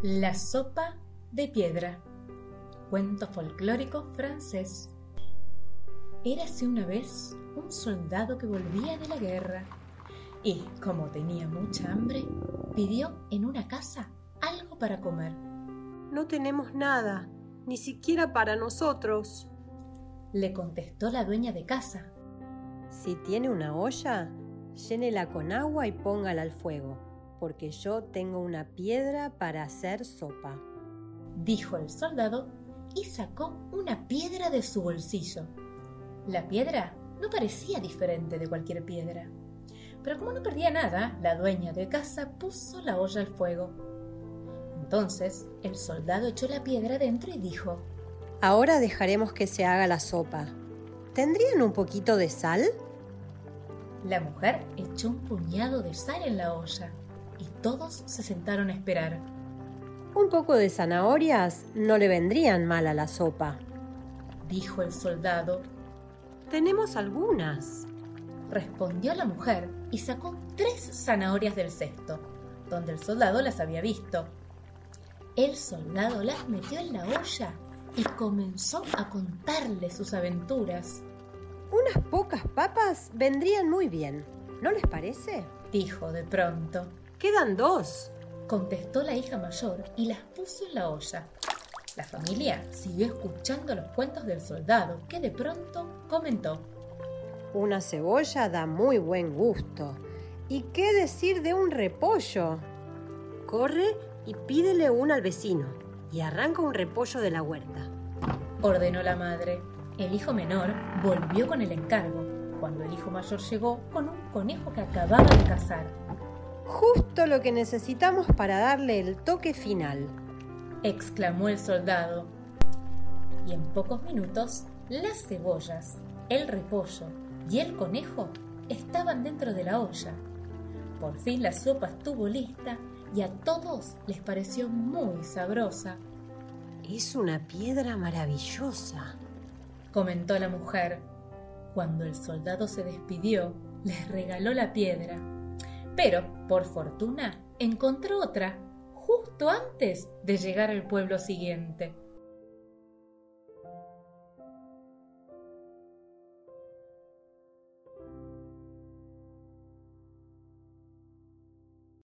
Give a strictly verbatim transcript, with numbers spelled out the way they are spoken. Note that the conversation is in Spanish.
La sopa de piedra. Cuento folclórico francés. Érase una vez un soldado que volvía de la guerra y, como tenía mucha hambre, pidió en una casa algo para comer. No tenemos nada, ni siquiera para nosotros, le contestó la dueña de casa. Si tiene una olla, llénela con agua y póngala al fuego, porque yo tengo una piedra para hacer sopa, dijo el soldado y sacó una piedra de su bolsillo. La piedra no parecía diferente de cualquier piedra, pero como no perdía nada, la dueña de casa puso la olla al fuego. Entonces el soldado echó la piedra dentro y dijo: ahora dejaremos que se haga la sopa. ¿Tendrían un poquito de sal? La mujer echó un puñado de sal en la olla y todos se sentaron a esperar. Un poco de zanahorias no le vendrían mal a la sopa, dijo el soldado. Tenemos algunas, respondió la mujer y sacó tres zanahorias del cesto, donde el soldado las había visto. El soldado las metió en la olla y comenzó a contarle sus aventuras. Unas pocas papas vendrían muy bien, ¿no les parece?, dijo de pronto. Quedan dos, contestó la hija mayor y las puso en la olla. La familia siguió escuchando los cuentos del soldado, que de pronto comentó: una cebolla da muy buen gusto. ¿Y qué decir de un repollo? Corre y pídele uno al vecino y arranca un repollo de la huerta, ordenó la madre. El hijo menor volvió con el encargo, cuando el hijo mayor llegó con un conejo que acababa de cazar. Justo lo que necesitamos para darle el toque final, exclamó el soldado. Y en pocos minutos, las cebollas, el repollo y el conejo estaban dentro de la olla. Por fin la sopa estuvo lista y a todos les pareció muy sabrosa. Es una piedra maravillosa, comentó la mujer. Cuando el soldado se despidió, les regaló la piedra. Pero, por fortuna, encontró otra justo antes de llegar al pueblo siguiente.